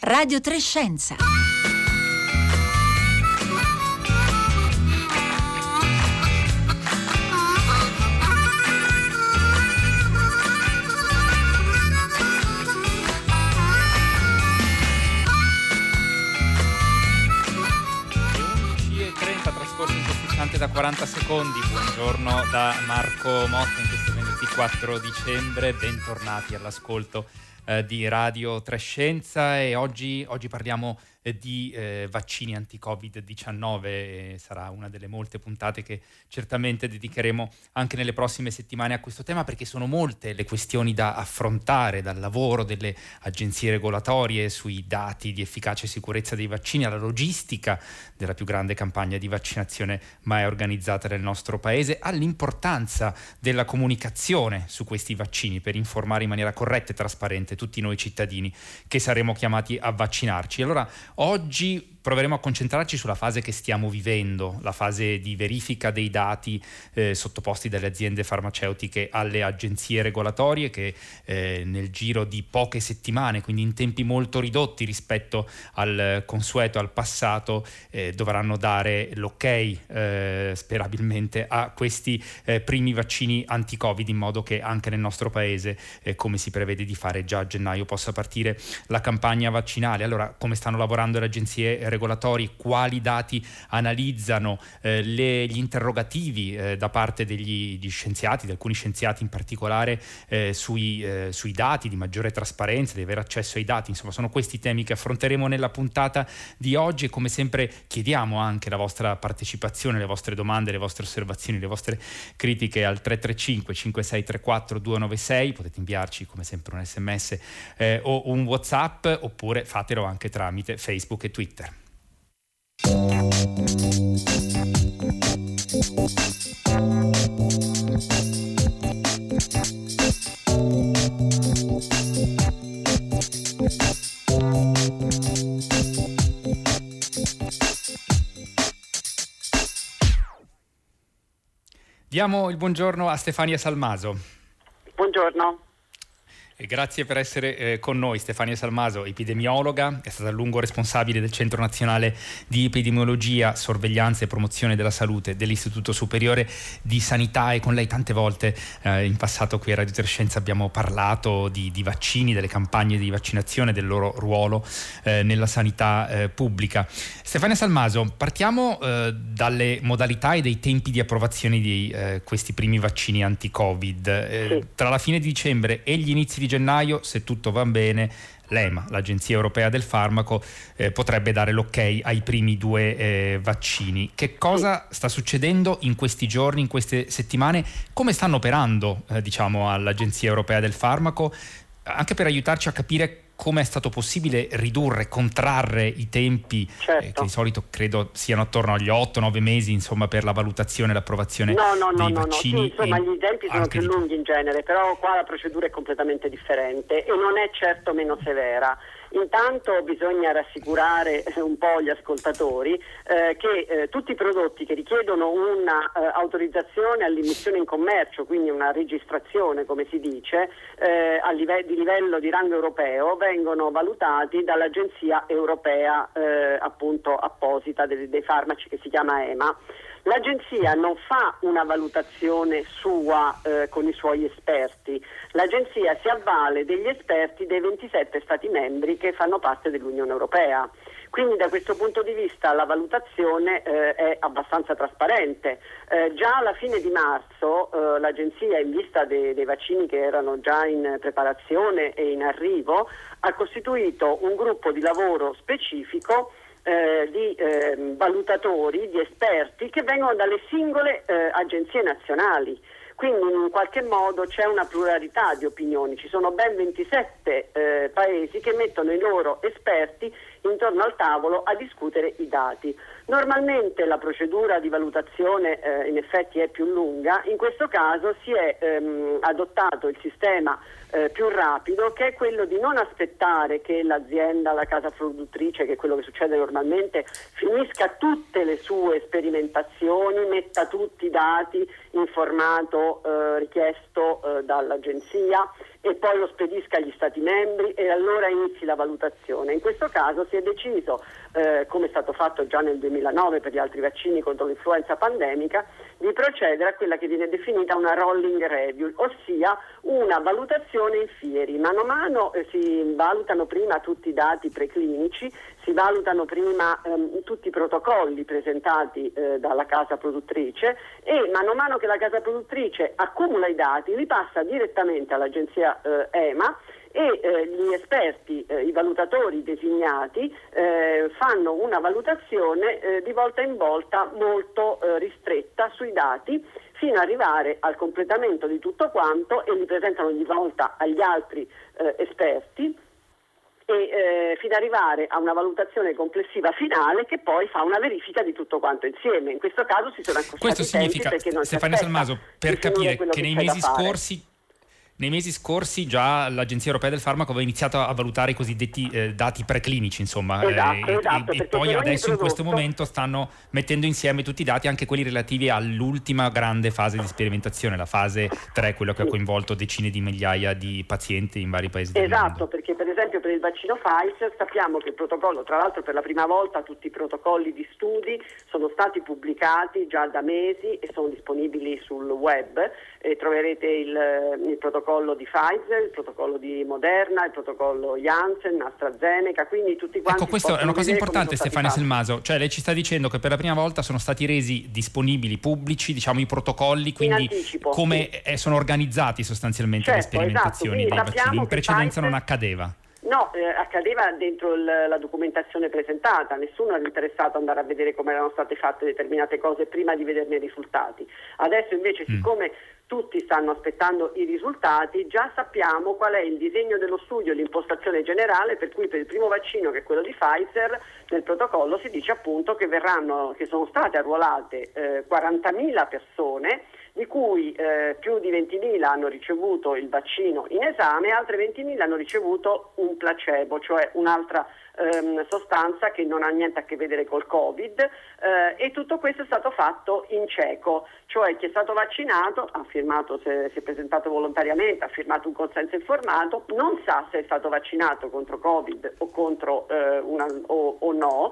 Radio 3 Scienza. Da 40 secondi. Buongiorno da Marco Motta in questo venerdì 4 dicembre, bentornati all'ascolto di Radio 3 Scienza e oggi parliamo di vaccini anti-Covid-19. Sarà una delle molte puntate che certamente dedicheremo anche nelle prossime settimane a questo tema, perché sono molte le questioni da affrontare, dal lavoro delle agenzie regolatorie sui dati di efficacia e sicurezza dei vaccini alla logistica della più grande campagna di vaccinazione mai organizzata nel nostro paese, all'importanza della comunicazione su questi vaccini per informare in maniera corretta e trasparente tutti noi cittadini che saremo chiamati a vaccinarci. Allora, oggi proveremo a concentrarci sulla fase che stiamo vivendo, la fase di verifica dei dati sottoposti dalle aziende farmaceutiche alle agenzie regolatorie che nel giro di poche settimane, quindi in tempi molto ridotti rispetto al consueto, al passato, dovranno dare l'ok sperabilmente a questi primi vaccini anti-Covid, in modo che anche nel nostro paese, come si prevede di fare già a gennaio, possa partire la campagna vaccinale. Allora, come stanno lavorando le agenzie regolatori, quali dati analizzano, gli interrogativi da parte degli scienziati, di alcuni scienziati in particolare, sui dati, di maggiore trasparenza, di avere accesso ai dati. Insomma, sono questi temi che affronteremo nella puntata di oggi e come sempre chiediamo anche la vostra partecipazione, le vostre domande, le vostre osservazioni, le vostre critiche al 335 5634 296. Potete inviarci come sempre un SMS o un WhatsApp, oppure fatelo anche tramite Facebook e Twitter. Diamo il buongiorno a Stefania Salmaso. Buongiorno. Grazie per essere con noi. Stefania Salmaso, epidemiologa, è stata a lungo responsabile del Centro Nazionale di Epidemiologia, Sorveglianza e Promozione della Salute dell'Istituto Superiore di Sanità, e con lei tante volte in passato qui a Radio 3 Scienza abbiamo parlato di vaccini, delle campagne di vaccinazione, del loro ruolo nella sanità pubblica. Stefania Salmaso, partiamo dalle modalità e dei tempi di approvazione di questi primi vaccini anti-Covid. Sì. Tra la fine di dicembre e gli inizi di gennaio, se tutto va bene, l'EMA, l'Agenzia Europea del Farmaco, potrebbe dare l'ok ai primi due vaccini. Che cosa sta succedendo in questi giorni, in queste settimane? Come stanno operando all'Agenzia Europea del Farmaco, anche per aiutarci a capire come è stato possibile ridurre, contrarre i tempi, che di solito credo siano attorno agli 8-9 mesi, insomma, per la valutazione e l'approvazione dei vaccini. Sì, insomma, gli tempi sono più lunghi in genere, però qua la procedura è completamente differente e non è certo meno severa. Intanto bisogna rassicurare un po' gli ascoltatori che tutti i prodotti che richiedono una autorizzazione all'immissione in commercio, quindi una registrazione, come si dice, di livello di rango europeo, vengono valutati dall'Agenzia Europea appunto apposita dei farmaci, che si chiama EMA. L'agenzia non fa una valutazione sua con i suoi esperti, l'agenzia si avvale degli esperti dei 27 Stati membri che fanno parte dell'Unione Europea. Quindi da questo punto di vista la valutazione è abbastanza trasparente. Già alla fine di marzo l'agenzia, in vista dei vaccini che erano già in preparazione e in arrivo, ha costituito un gruppo di lavoro specifico di valutatori, di esperti che vengono dalle singole agenzie nazionali. Quindi in qualche modo c'è una pluralità di opinioni, ci sono ben 27 paesi che mettono i loro esperti intorno al tavolo a discutere i dati. Normalmente la procedura di valutazione in effetti è più lunga, in questo caso si è adottato il sistema più rapido, che è quello di non aspettare che l'azienda, la casa produttrice, che è quello che succede normalmente, finisca tutte le sue sperimentazioni, metta tutti i dati in formato richiesto dall'agenzia e poi lo spedisca agli Stati membri e allora inizi la valutazione. In questo caso si è deciso, come è stato fatto già nel 2009 per gli altri vaccini contro l'influenza pandemica, di procedere a quella che viene definita una rolling review, ossia una valutazione in fieri. Mano a mano si valutano prima tutti i dati preclinici, si valutano prima tutti i protocolli presentati dalla casa produttrice e mano a mano che la casa produttrice accumula i dati li passa direttamente all'agenzia EMA e gli esperti, i valutatori designati fanno una valutazione di volta in volta molto ristretta sui dati fino ad arrivare al completamento di tutto quanto e li presentano di volta agli altri esperti e fino ad arrivare a una valutazione complessiva finale che poi fa una verifica di tutto quanto insieme. In questo caso si sono accorciati Questo significa, perché non Stefania Salmaso, per capire che nei mesi scorsi già l'Agenzia Europea del Farmaco aveva iniziato a valutare i cosiddetti dati preclinici, insomma, esatto, e poi adesso in questo momento stanno mettendo insieme tutti i dati, anche quelli relativi all'ultima grande fase di sperimentazione, la fase 3, quello che ha coinvolto decine di migliaia di pazienti in vari paesi del mondo. Esatto, perché per esempio per il vaccino Pfizer sappiamo che il protocollo, tra l'altro per la prima volta tutti i protocolli di studi sono stati pubblicati già da mesi e sono disponibili sul web e troverete il protocollo di Pfizer, il protocollo di Moderna, il protocollo Janssen, AstraZeneca, quindi tutti quanti. Ecco, questa è una cosa importante, Stefania Salmaso, cioè lei ci sta dicendo che per la prima volta sono stati resi disponibili, pubblici, diciamo, i protocolli, quindi in anticipo, come sono organizzati sostanzialmente le sperimentazioni dei vaccini. In precedenza non accadeva. No, accadeva dentro la documentazione presentata, nessuno era interessato ad andare a vedere come erano state fatte determinate cose prima di vederne i risultati. Adesso invece, siccome tutti stanno aspettando i risultati, già sappiamo qual è il disegno dello studio, l'impostazione generale, per cui per il primo vaccino, che è quello di Pfizer, nel protocollo si dice appunto che sono state arruolate 40.000 persone, di cui più di 20.000 hanno ricevuto il vaccino in esame e altre 20.000 hanno ricevuto un placebo, cioè un'altra sostanza che non ha niente a che vedere col Covid, e tutto questo è stato fatto in cieco, cioè chi è stato vaccinato ha firmato, si è presentato volontariamente, ha firmato un consenso informato, non sa se è stato vaccinato contro Covid o contro o no,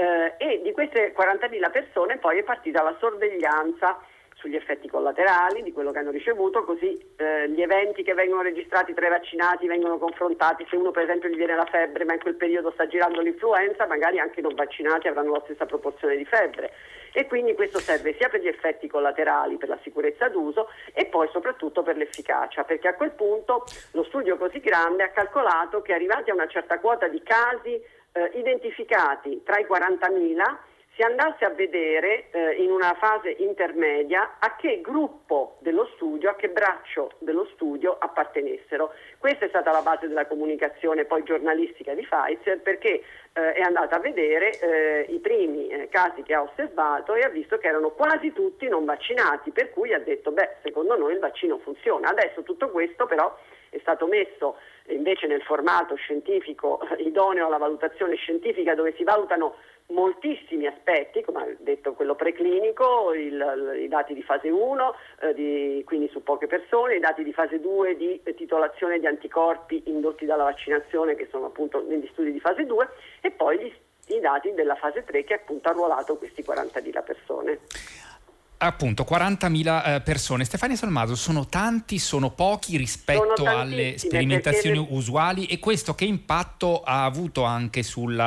e di queste 40.000 persone poi è partita la sorveglianza sugli effetti collaterali di quello che hanno ricevuto, così gli eventi che vengono registrati tra i vaccinati vengono confrontati. Se uno per esempio gli viene la febbre ma in quel periodo sta girando l'influenza, magari anche i non vaccinati avranno la stessa proporzione di febbre, e quindi questo serve sia per gli effetti collaterali, per la sicurezza d'uso e poi soprattutto per l'efficacia, perché a quel punto lo studio così grande ha calcolato che arrivati a una certa quota di casi identificati tra i 40.000 si andasse a vedere in una fase intermedia a che gruppo dello studio, a che braccio dello studio appartenessero. Questa è stata la base della comunicazione poi giornalistica di Pfizer, perché è andata a vedere i primi casi che ha osservato e ha visto che erano quasi tutti non vaccinati, per cui ha detto secondo noi il vaccino funziona. Adesso tutto questo però è stato messo invece nel formato scientifico idoneo alla valutazione scientifica, dove si valutano moltissimi aspetti, come ha detto quello preclinico, i dati di fase 1, quindi su poche persone, i dati di fase 2 di titolazione di anticorpi indotti dalla vaccinazione, che sono appunto negli studi di fase 2, e poi i dati della fase 3, che appunto ha arruolato questi 40.000 persone. Appunto, 40.000 persone. Stefania Salmaso, sono tanti, sono pochi rispetto alle sperimentazioni usuali, e questo che impatto ha avuto anche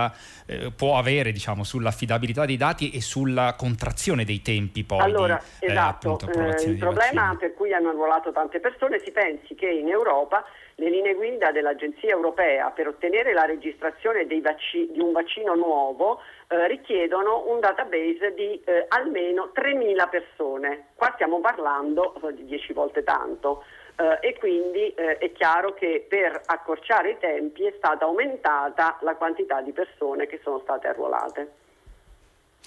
può avere, diciamo, sull'affidabilità dei dati e sulla contrazione dei tempi poi esatto. Il problema per cui hanno arruolato tante persone, si pensi che in Europa le linee guida dell'Agenzia Europea per ottenere la registrazione di un vaccino nuovo richiedono un database di almeno 3.000 persone. Qua stiamo parlando di 10 volte tanto, e quindi è chiaro che per accorciare i tempi è stata aumentata la quantità di persone che sono state arruolate.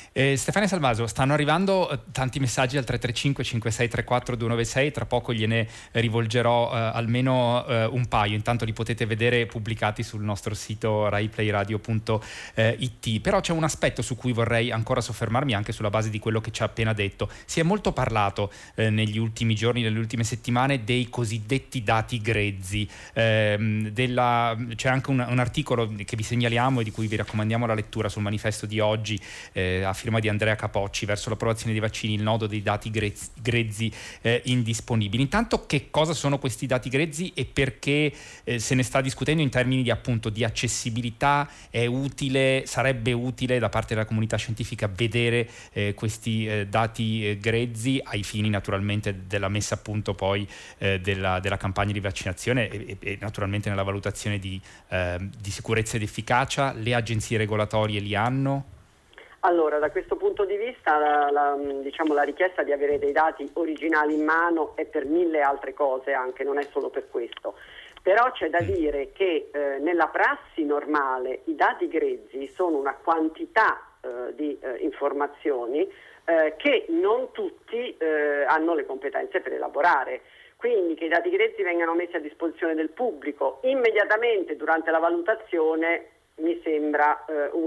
Stefania Salvaso, stanno arrivando tanti messaggi al 335 5634 296, tra poco gliene rivolgerò almeno un paio, intanto li potete vedere pubblicati sul nostro sito raiplayradio.it. Però c'è un aspetto su cui vorrei ancora soffermarmi, anche sulla base di quello che ci ha appena detto. Si è molto parlato negli ultimi giorni, nelle ultime settimane, dei cosiddetti dati grezzi. C'è anche un articolo che vi segnaliamo e di cui vi raccomandiamo la lettura sul manifesto di oggi, a firma di Andrea Capocci, verso l'approvazione dei vaccini, il nodo dei dati grezzi indisponibili. Intanto, che cosa sono questi dati grezzi e perché se ne sta discutendo in termini di, appunto, di accessibilità? Sarebbe utile da parte della comunità scientifica vedere questi dati grezzi ai fini naturalmente della messa a punto poi della campagna di vaccinazione e naturalmente nella valutazione di sicurezza ed efficacia. Le agenzie regolatorie li hanno? Allora, da questo punto di vista la richiesta di avere dei dati originali in mano è per mille altre cose, anche non è solo per questo. Però c'è da dire che nella prassi normale i dati grezzi sono una quantità di informazioni che non tutti hanno le competenze per elaborare. Quindi che i dati grezzi vengano messi a disposizione del pubblico immediatamente durante la valutazione mi sembra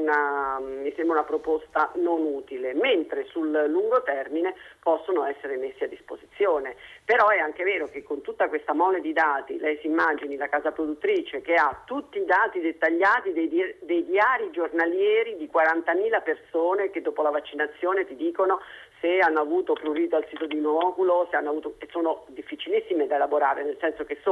una proposta non utile, mentre sul lungo termine possono essere messi a disposizione. Però è anche vero che con tutta questa mole di dati, lei si immagini la casa produttrice che ha tutti i dati dettagliati dei diari giornalieri di 40.000 persone che dopo la vaccinazione ti dicono se hanno avuto prurito al sito di inoculo, e sono difficilissime da elaborare, nel senso che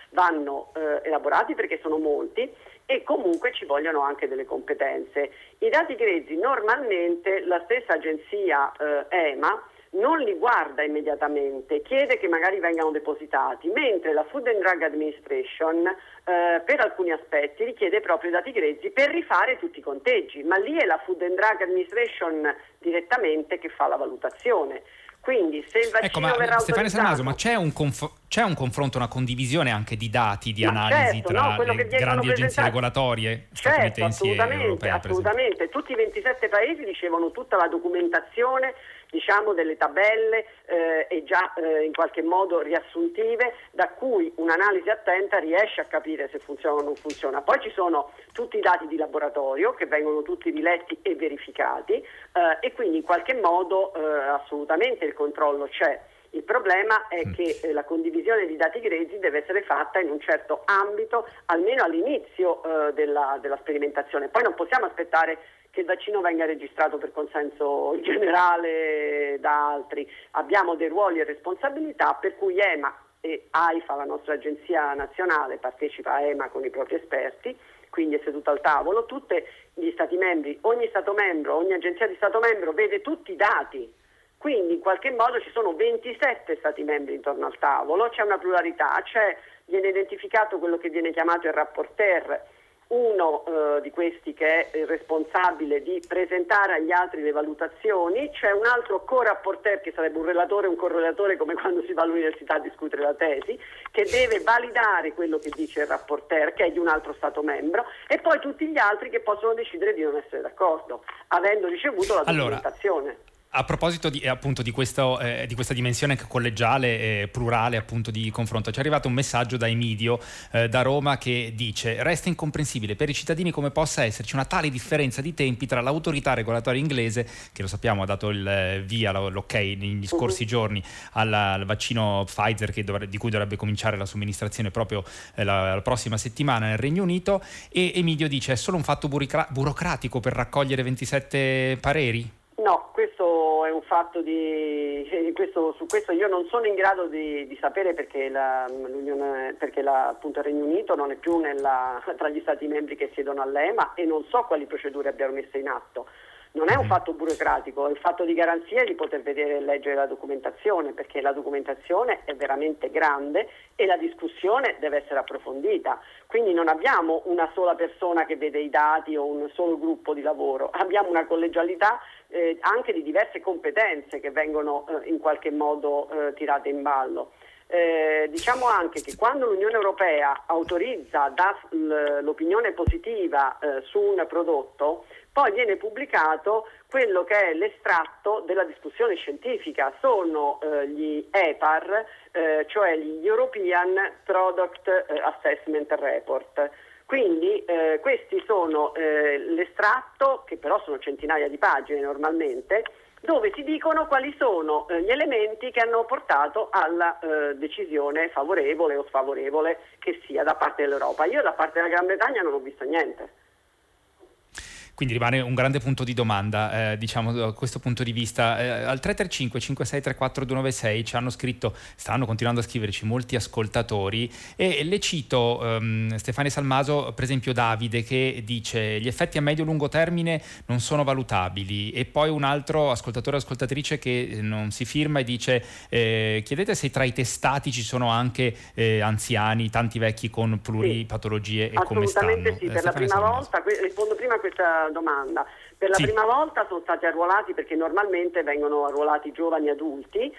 vanno elaborati perché sono molti e comunque ci vogliono anche delle competenze. I dati grezzi normalmente la stessa agenzia EMA non li guarda immediatamente, chiede che magari vengano depositati, mentre la Food and Drug Administration per alcuni aspetti richiede proprio i dati grezzi per rifare tutti i conteggi, ma lì è la Food and Drug Administration direttamente che fa la valutazione. Quindi se il vaccino verrà Stefania Salvaso, autorizzato... ma c'è un confronto, una condivisione anche di dati, di analisi tra le grandi agenzie regolatorie statunitensi e europee? Assolutamente. Tutti i 27 paesi ricevono tutta la documentazione, delle tabelle e già in qualche modo riassuntive, da cui un'analisi attenta riesce a capire se funziona o non funziona. Poi ci sono tutti i dati di laboratorio che vengono tutti riletti e verificati e quindi in qualche modo assolutamente il controllo c'è. Il problema è che la condivisione di dati grezzi deve essere fatta in un certo ambito, almeno all'inizio della sperimentazione. Poi non possiamo aspettare che il vaccino venga registrato per consenso generale da altri. Abbiamo dei ruoli e responsabilità per cui EMA e AIFA, la nostra agenzia nazionale, partecipa a EMA con i propri esperti, quindi è seduta al tavolo, tutti gli Stati membri, ogni Stato membro, ogni agenzia di Stato membro vede tutti i dati. Quindi in qualche modo ci sono 27 Stati membri intorno al tavolo, c'è una pluralità, viene identificato quello che viene chiamato il rapporteur, uno di questi che è il responsabile di presentare agli altri le valutazioni, c'è un altro co-rapporteur che sarebbe un relatore e un correlatore, come quando si va all'università a discutere la tesi, che deve validare quello che dice il rapporteur, che è di un altro Stato membro, e poi tutti gli altri che possono decidere di non essere d'accordo, avendo ricevuto la documentazione. A proposito di questa dimensione collegiale plurale appunto di confronto, ci è arrivato un messaggio da Emidio da Roma che dice: resta incomprensibile per i cittadini come possa esserci una tale differenza di tempi tra l'autorità regolatoria inglese, che lo sappiamo ha dato il via, l'ok negli scorsi giorni al vaccino Pfizer di cui dovrebbe cominciare la somministrazione proprio la prossima settimana nel Regno Unito, e Emidio dice: è solo un fatto burocratico per raccogliere 27 pareri? No, questo è un fatto su questo io non sono in grado di sapere perché appunto il Regno Unito non è più tra gli Stati membri che siedono all'EMA e non so quali procedure abbiano messo in atto. Non è un fatto burocratico, è un fatto di garanzia di poter vedere e leggere la documentazione, perché la documentazione è veramente grande e la discussione deve essere approfondita. Quindi non abbiamo una sola persona che vede i dati o un solo gruppo di lavoro, abbiamo una collegialità anche di diverse competenze che vengono in qualche modo tirate in ballo. Diciamo anche che quando l'Unione Europea autorizza, dà l'opinione positiva su un prodotto, poi viene pubblicato quello che è l'estratto della discussione scientifica, sono gli EPAR, cioè gli European Product Assessment Report. Quindi questi sono l'estratto, che però sono centinaia di pagine normalmente, dove si dicono quali sono gli elementi che hanno portato alla decisione favorevole o sfavorevole che sia da parte dell'Europa. Io da parte della Gran Bretagna non ho visto niente. Quindi rimane un grande punto di domanda, diciamo, da questo punto di vista. Al 335 5634 296 ci hanno scritto, stanno continuando a scriverci molti ascoltatori, e le cito Stefania Salmaso, per esempio Davide, che dice: gli effetti a medio-lungo termine non sono valutabili, e poi un altro ascoltatore o ascoltatrice che non si firma e dice chiedete se tra i testati ci sono anche anziani, tanti vecchi con pluripatologie, e come stanno. Assolutamente sì, per la prima volta, rispondo prima a questa domanda. Per la prima volta sono stati arruolati, perché normalmente vengono arruolati giovani adulti,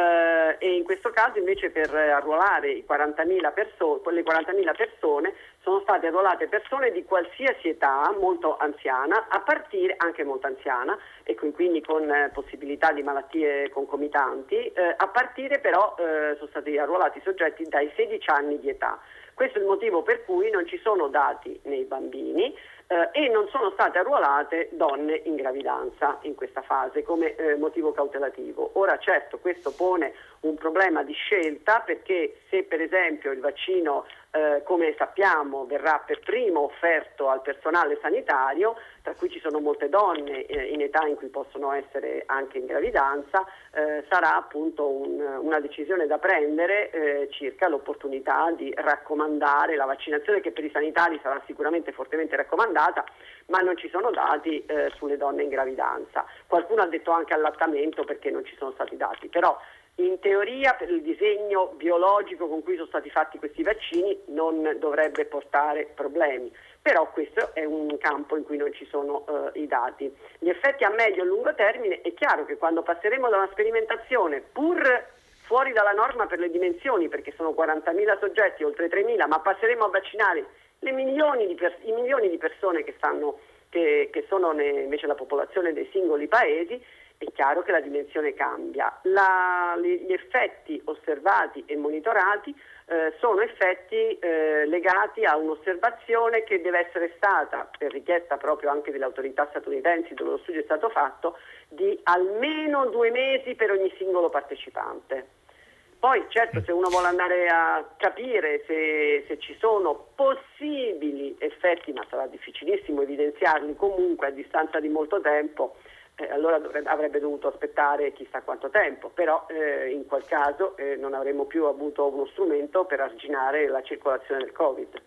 e in questo caso invece per arruolare i 40.000 le 40.000 persone sono state arruolate persone di qualsiasi età, molto anziana, a partire anche molto anziana, e quindi con possibilità di malattie concomitanti, a partire però sono stati arruolati soggetti dai 16 anni di età. Questo è il motivo per cui non ci sono dati nei bambini e non sono state arruolate donne in gravidanza in questa fase come motivo cautelativo. Ora certo questo pone un problema di scelta, perché se per esempio il vaccino come sappiamo verrà per primo offerto al personale sanitario, tra cui ci sono molte donne in età in cui possono essere anche in gravidanza, sarà appunto una decisione da prendere circa l'opportunità di raccomandare la vaccinazione, che per i sanitari sarà sicuramente fortemente raccomandata, ma non ci sono dati sulle donne in gravidanza. Qualcuno ha detto anche allattamento, perché non ci sono stati dati, però in teoria per il disegno biologico con cui sono stati fatti questi vaccini non dovrebbe portare problemi, però questo è un campo in cui non ci sono i dati. Gli effetti a medio e lungo termine, è chiaro che quando passeremo da una sperimentazione pur fuori dalla norma per le dimensioni, perché sono 40.000 soggetti, oltre 3.000, ma passeremo a vaccinare i milioni di persone che sono invece la popolazione dei singoli paesi, è chiaro che la dimensione cambia. Gli effetti osservati e monitorati sono effetti legati a un'osservazione che deve essere stata, per richiesta proprio anche delle autorità statunitensi dove lo studio è stato fatto, di almeno 2 mesi per ogni singolo partecipante. Poi certo, se uno vuole andare a capire se ci sono possibili effetti, ma sarà difficilissimo evidenziarli comunque a distanza di molto tempo, allora avrebbe dovuto aspettare chissà quanto tempo, però in quel caso non avremmo più avuto uno strumento per arginare la circolazione del Covid.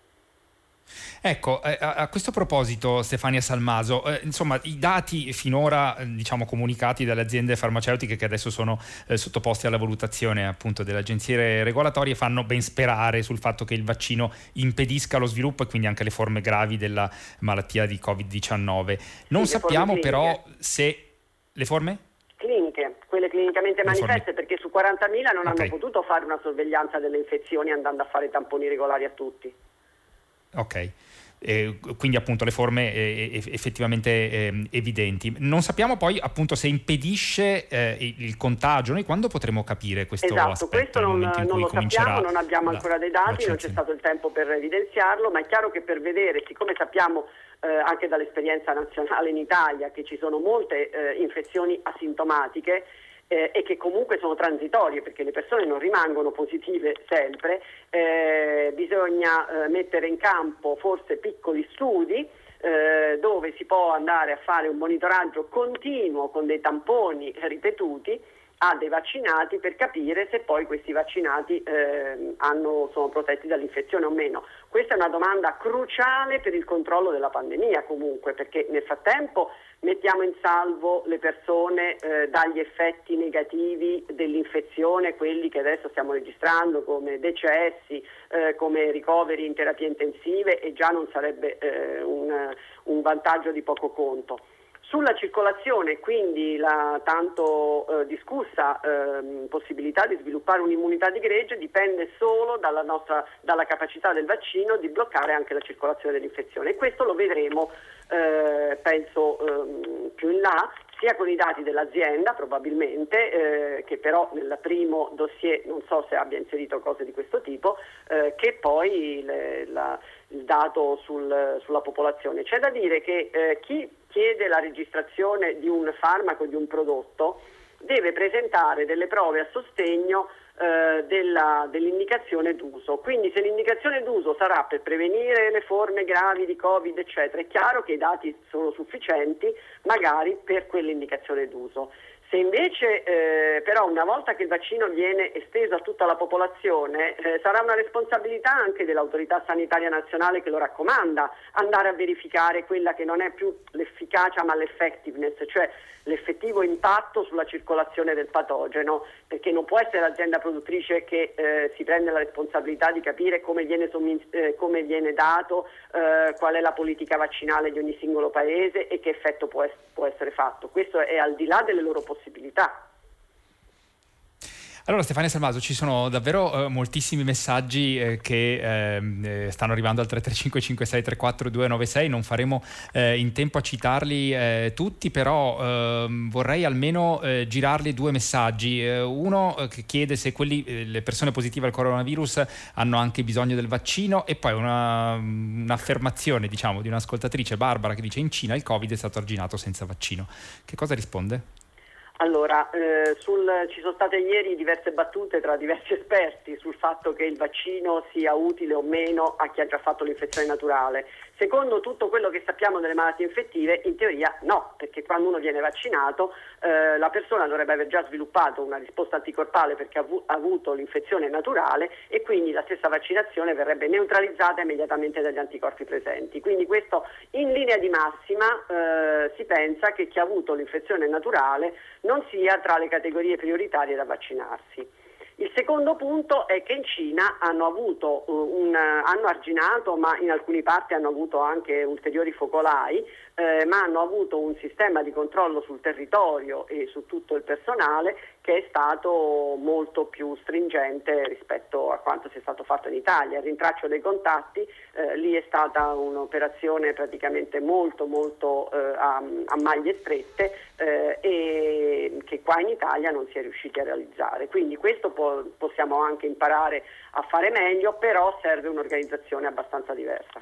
Ecco, a questo proposito, Stefania Salmaso, insomma, i dati finora diciamo comunicati dalle aziende farmaceutiche, che adesso sono sottoposti alla valutazione appunto delle agenzie regolatorie, fanno ben sperare sul fatto che il vaccino impedisca lo sviluppo e quindi anche le forme gravi della malattia di Covid-19. Non sappiamo però se le forme? Cliniche, quelle clinicamente manifeste, perché su 40.000 non hanno potuto fare una sorveglianza delle infezioni andando a fare tamponi regolari a tutti. Ok, quindi appunto le forme effettivamente evidenti. Non sappiamo poi appunto se impedisce il contagio. Noi quando potremo capire questo aspetto? Questo non lo sappiamo, non abbiamo ancora dei dati, non c'è stato il tempo per evidenziarlo, ma è chiaro che per vedere, siccome sappiamo anche dall'esperienza nazionale in Italia che ci sono molte infezioni asintomatiche, e che comunque sono transitorie, perché le persone non rimangono positive sempre, bisogna mettere in campo forse piccoli studi dove si può andare a fare un monitoraggio continuo con dei tamponi ripetuti a dei vaccinati, per capire se poi questi vaccinati sono protetti dall'infezione o meno. Questa è una domanda cruciale per il controllo della pandemia comunque, perché nel frattempo mettiamo in salvo le persone dagli effetti negativi dell'infezione, quelli che adesso stiamo registrando come decessi, come ricoveri in terapie intensive, e già non sarebbe un vantaggio di poco conto. Sulla circolazione, quindi la tanto discussa possibilità di sviluppare un'immunità di gregge dipende solo dalla capacità del vaccino di bloccare anche la circolazione dell'infezione, e questo lo vedremo penso più in là, sia con i dati dell'azienda probabilmente, che però nel primo dossier non so se abbia inserito cose di questo tipo, che poi il dato sulla popolazione. C'è da dire che chi chiede la registrazione di un farmaco, di un prodotto, deve presentare delle prove a sostegno dell'indicazione d'uso. Quindi se l'indicazione d'uso sarà per prevenire le forme gravi di Covid, eccetera, è chiaro che i dati sono sufficienti magari per quell'indicazione d'uso. Se invece però una volta che il vaccino viene esteso a tutta la popolazione, sarà una responsabilità anche dell'autorità sanitaria nazionale che lo raccomanda andare a verificare quella che non è più l'efficacia ma l'effectiveness, cioè l'effettivo impatto sulla circolazione del patogeno, perché non può essere l'azienda produttrice che si prende la responsabilità di capire come viene dato, qual è la politica vaccinale di ogni singolo paese e che effetto può essere fatto. Questo è al di là delle loro possibilità. Allora Stefania Salmaso, ci sono davvero moltissimi messaggi che stanno arrivando al 335 56 34 296, non faremo in tempo a citarli tutti, però vorrei almeno girarli due messaggi. Uno che chiede se le persone positive al coronavirus hanno anche bisogno del vaccino, e poi un'affermazione diciamo di un'ascoltatrice, Barbara, che dice: in Cina il Covid è stato arginato senza vaccino. Che cosa risponde? Allora, ci sono state ieri diverse battute tra diversi esperti sul fatto che il vaccino sia utile o meno a chi ha già fatto l'infezione naturale. Secondo tutto quello che sappiamo delle malattie infettive, in teoria no, perché quando uno viene vaccinato la persona dovrebbe aver già sviluppato una risposta anticorpale perché ha avuto l'infezione naturale, e quindi la stessa vaccinazione verrebbe neutralizzata immediatamente dagli anticorpi presenti. Quindi questo in linea di massima si pensa che chi ha avuto l'infezione naturale non sia tra le categorie prioritarie da vaccinarsi. Il secondo punto è che in Cina hanno arginato, ma in alcuni parti hanno avuto anche ulteriori focolai, ma hanno avuto un sistema di controllo sul territorio e su tutto il personale che è stato molto più stringente rispetto a quanto sia stato fatto in Italia. Il rintraccio dei contatti, lì è stata un'operazione praticamente molto a maglie strette, e che qua in Italia non si è riusciti a realizzare. Quindi questo possiamo anche imparare a fare meglio, però serve un'organizzazione abbastanza diversa.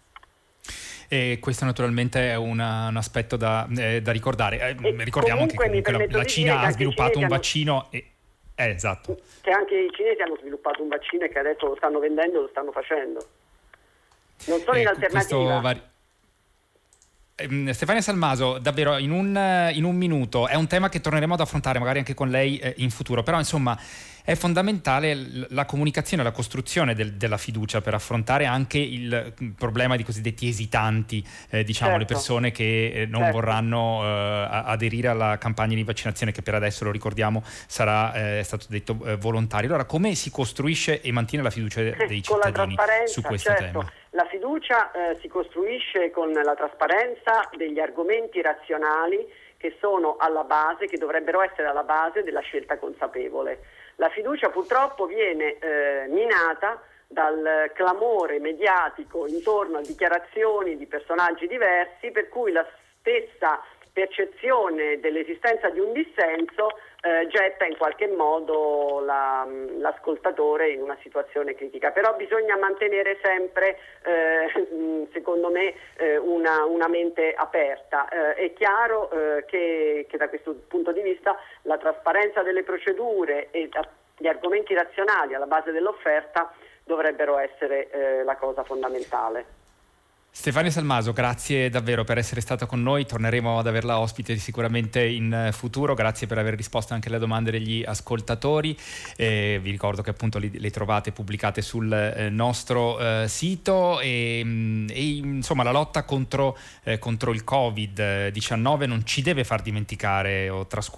E questo naturalmente è un aspetto da ricordare. Ricordiamo che comunque la Cina ha sviluppato un vaccino esatto. Che anche i cinesi hanno sviluppato un vaccino e che adesso lo stanno vendendo, lo stanno facendo. Non sono in alternativa. Stefania Salmaso, davvero in un minuto, è un tema che torneremo ad affrontare magari anche con lei in futuro, però insomma è fondamentale la comunicazione, la costruzione della fiducia per affrontare anche il problema di cosiddetti esitanti, diciamo, certo. Le persone che non vorranno aderire alla campagna di vaccinazione, che per adesso, lo ricordiamo, sarà, è stato detto, volontario. Allora, come si costruisce e mantiene la fiducia dei cittadini su questo tema? La fiducia si costruisce con la trasparenza degli argomenti razionali che sono alla base, che dovrebbero essere alla base della scelta consapevole. La fiducia purtroppo viene minata dal clamore mediatico intorno a dichiarazioni di personaggi diversi, per cui la stessa percezione dell'esistenza di un dissenso getta in qualche modo l'ascoltatore in una situazione critica. Però bisogna mantenere sempre, secondo me, una mente aperta. È chiaro che da questo punto di vista la trasparenza delle procedure e gli argomenti razionali alla base dell'offerta dovrebbero essere la cosa fondamentale. Stefania Salmaso, grazie davvero per essere stata con noi, torneremo ad averla ospite sicuramente in futuro, grazie per aver risposto anche alle domande degli ascoltatori. Vi ricordo che appunto le trovate pubblicate sul nostro sito e insomma la lotta contro il Covid-19 non ci deve far dimenticare o trascurare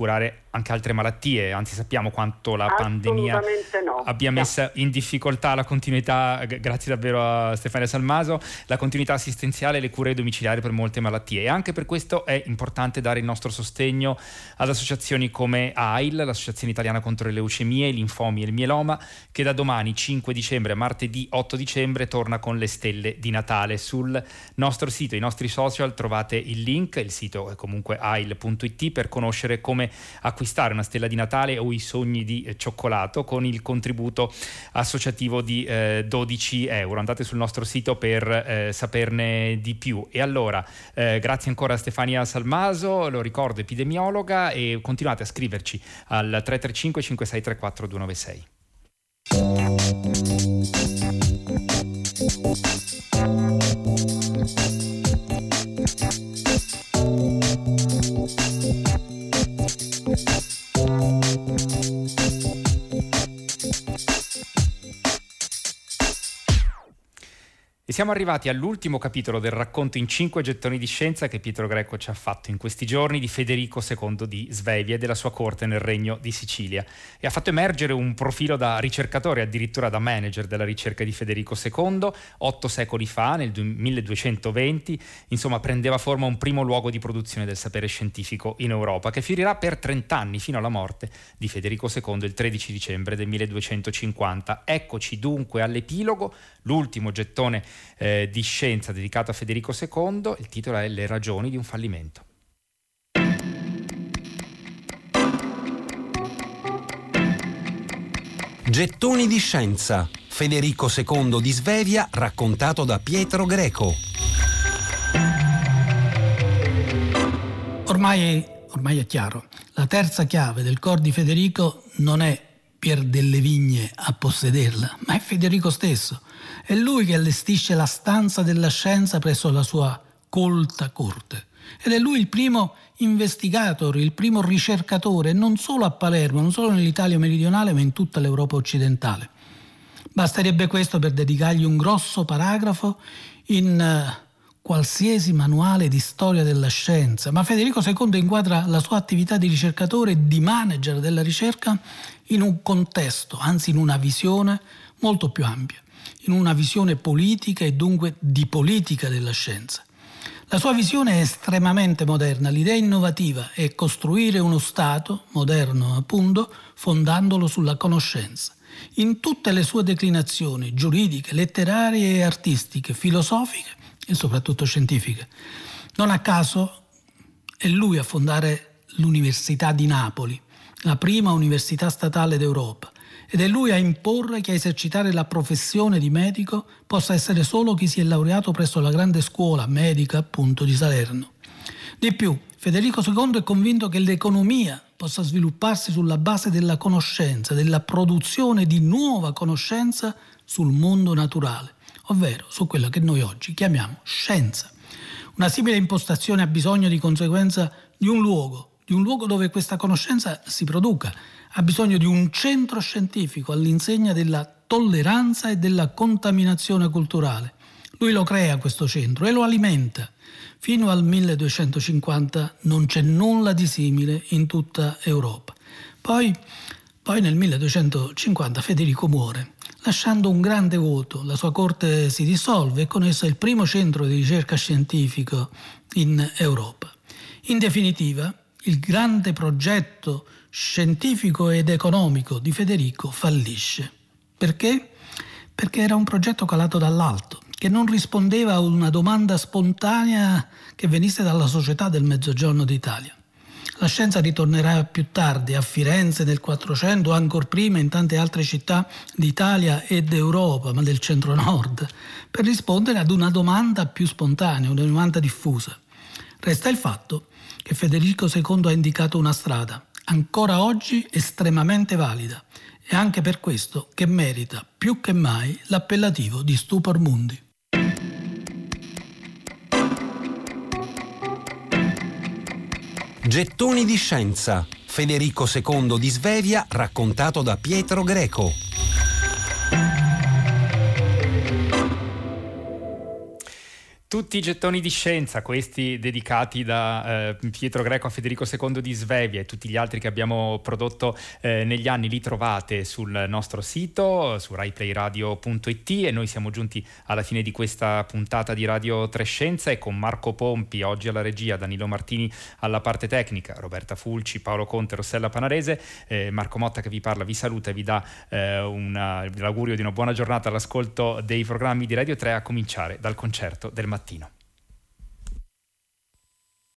anche altre malattie, anzi sappiamo quanto la pandemia abbia messa in difficoltà la continuità, grazie davvero a Stefania Salmaso, la continuità assistenziale e le cure domiciliari per molte malattie, e anche per questo è importante dare il nostro sostegno ad associazioni come AIL, l'Associazione Italiana contro le leucemie, i linfomi e il mieloma, che da domani 5 dicembre a martedì 8 dicembre torna con le stelle di Natale. Sul nostro sito, i nostri social trovate il link, il sito è comunque ail.it, per conoscere come acquistare una stella di Natale o i sogni di cioccolato con il contributo associativo di 12 euro. Andate sul nostro sito per saperne di più. E allora grazie ancora a Stefania Salmaso, lo ricordo, epidemiologa, e continuate a scriverci al 335 5634 296. E siamo arrivati all'ultimo capitolo del racconto in 5 gettoni di scienza che Pietro Greco ci ha fatto in questi giorni di Federico II di Svevia e della sua corte nel Regno di Sicilia, e ha fatto emergere un profilo da ricercatore, addirittura da manager della ricerca di Federico II. 8 secoli fa, nel 1220, insomma, prendeva forma un primo luogo di produzione del sapere scientifico in Europa, che fiorirà per 30 anni fino alla morte di Federico II il 13 dicembre del 1250. Eccoci dunque all'epilogo, l'ultimo gettone di scienza dedicato a Federico II. Il titolo è Le ragioni di un fallimento. Gettoni di scienza. Federico II di Svevia, raccontato da Pietro Greco. Ormai è chiaro, la terza chiave del cor di Federico non è Pier delle Vigne a possederla, ma è Federico stesso. È lui che allestisce la stanza della scienza presso la sua colta corte. Ed è lui il primo investigator, il primo ricercatore, non solo a Palermo, non solo nell'Italia meridionale, ma in tutta l'Europa occidentale. Basterebbe questo per dedicargli un grosso paragrafo in qualsiasi manuale di storia della scienza. Ma Federico II inquadra la sua attività di ricercatore e di manager della ricerca in un contesto, anzi in una visione molto più ampia, in una visione politica e dunque di politica della scienza. La sua visione è estremamente moderna, l'idea innovativa è costruire uno Stato, moderno appunto, fondandolo sulla conoscenza, in tutte le sue declinazioni giuridiche, letterarie e artistiche, filosofiche e soprattutto scientifiche. Non a caso è lui a fondare l'Università di Napoli, la prima università statale d'Europa, ed è lui a imporre che a esercitare la professione di medico possa essere solo chi si è laureato presso la grande scuola medica appunto di Salerno. Di più, Federico II è convinto che l'economia possa svilupparsi sulla base della conoscenza, della produzione di nuova conoscenza sul mondo naturale, ovvero su quella che noi oggi chiamiamo scienza. Una simile impostazione ha bisogno di conseguenza di un luogo dove questa conoscenza si produca, ha bisogno di un centro scientifico all'insegna della tolleranza e della contaminazione culturale. Lui lo crea questo centro e lo alimenta. Fino al 1250 non c'è nulla di simile in tutta Europa. Poi nel 1250 Federico muore, lasciando un grande vuoto. La sua corte si dissolve e con essa il primo centro di ricerca scientifico in Europa. In definitiva, il grande progetto scientifico ed economico di Federico fallisce. Perché? Perché era un progetto calato dall'alto, che non rispondeva a una domanda spontanea che venisse dalla società del Mezzogiorno d'Italia. La scienza ritornerà più tardi a Firenze nel 400, ancor prima in tante altre città d'Italia e d'Europa, ma del centro-nord, per rispondere ad una domanda più spontanea, una domanda diffusa. Resta il fatto che Federico II ha indicato una strada, ancora oggi estremamente valida, e anche per questo che merita più che mai l'appellativo di Stupor Mundi. Gettoni di scienza. Federico II di Svevia, raccontato da Pietro Greco. Tutti i gettoni di scienza, questi dedicati da Pietro Greco a Federico II di Svevia, e tutti gli altri che abbiamo prodotto negli anni, li trovate sul nostro sito, su raiplayradio.it, e noi siamo giunti alla fine di questa puntata di Radio Trescenza, e con Marco Pompi oggi alla regia, Danilo Martini alla parte tecnica, Roberta Fulci, Paolo Conte, Rossella Panarese, Marco Motta che vi parla, vi saluta e vi dà l'augurio di una buona giornata all'ascolto dei programmi di Radio 3, a cominciare dal concerto del mattino.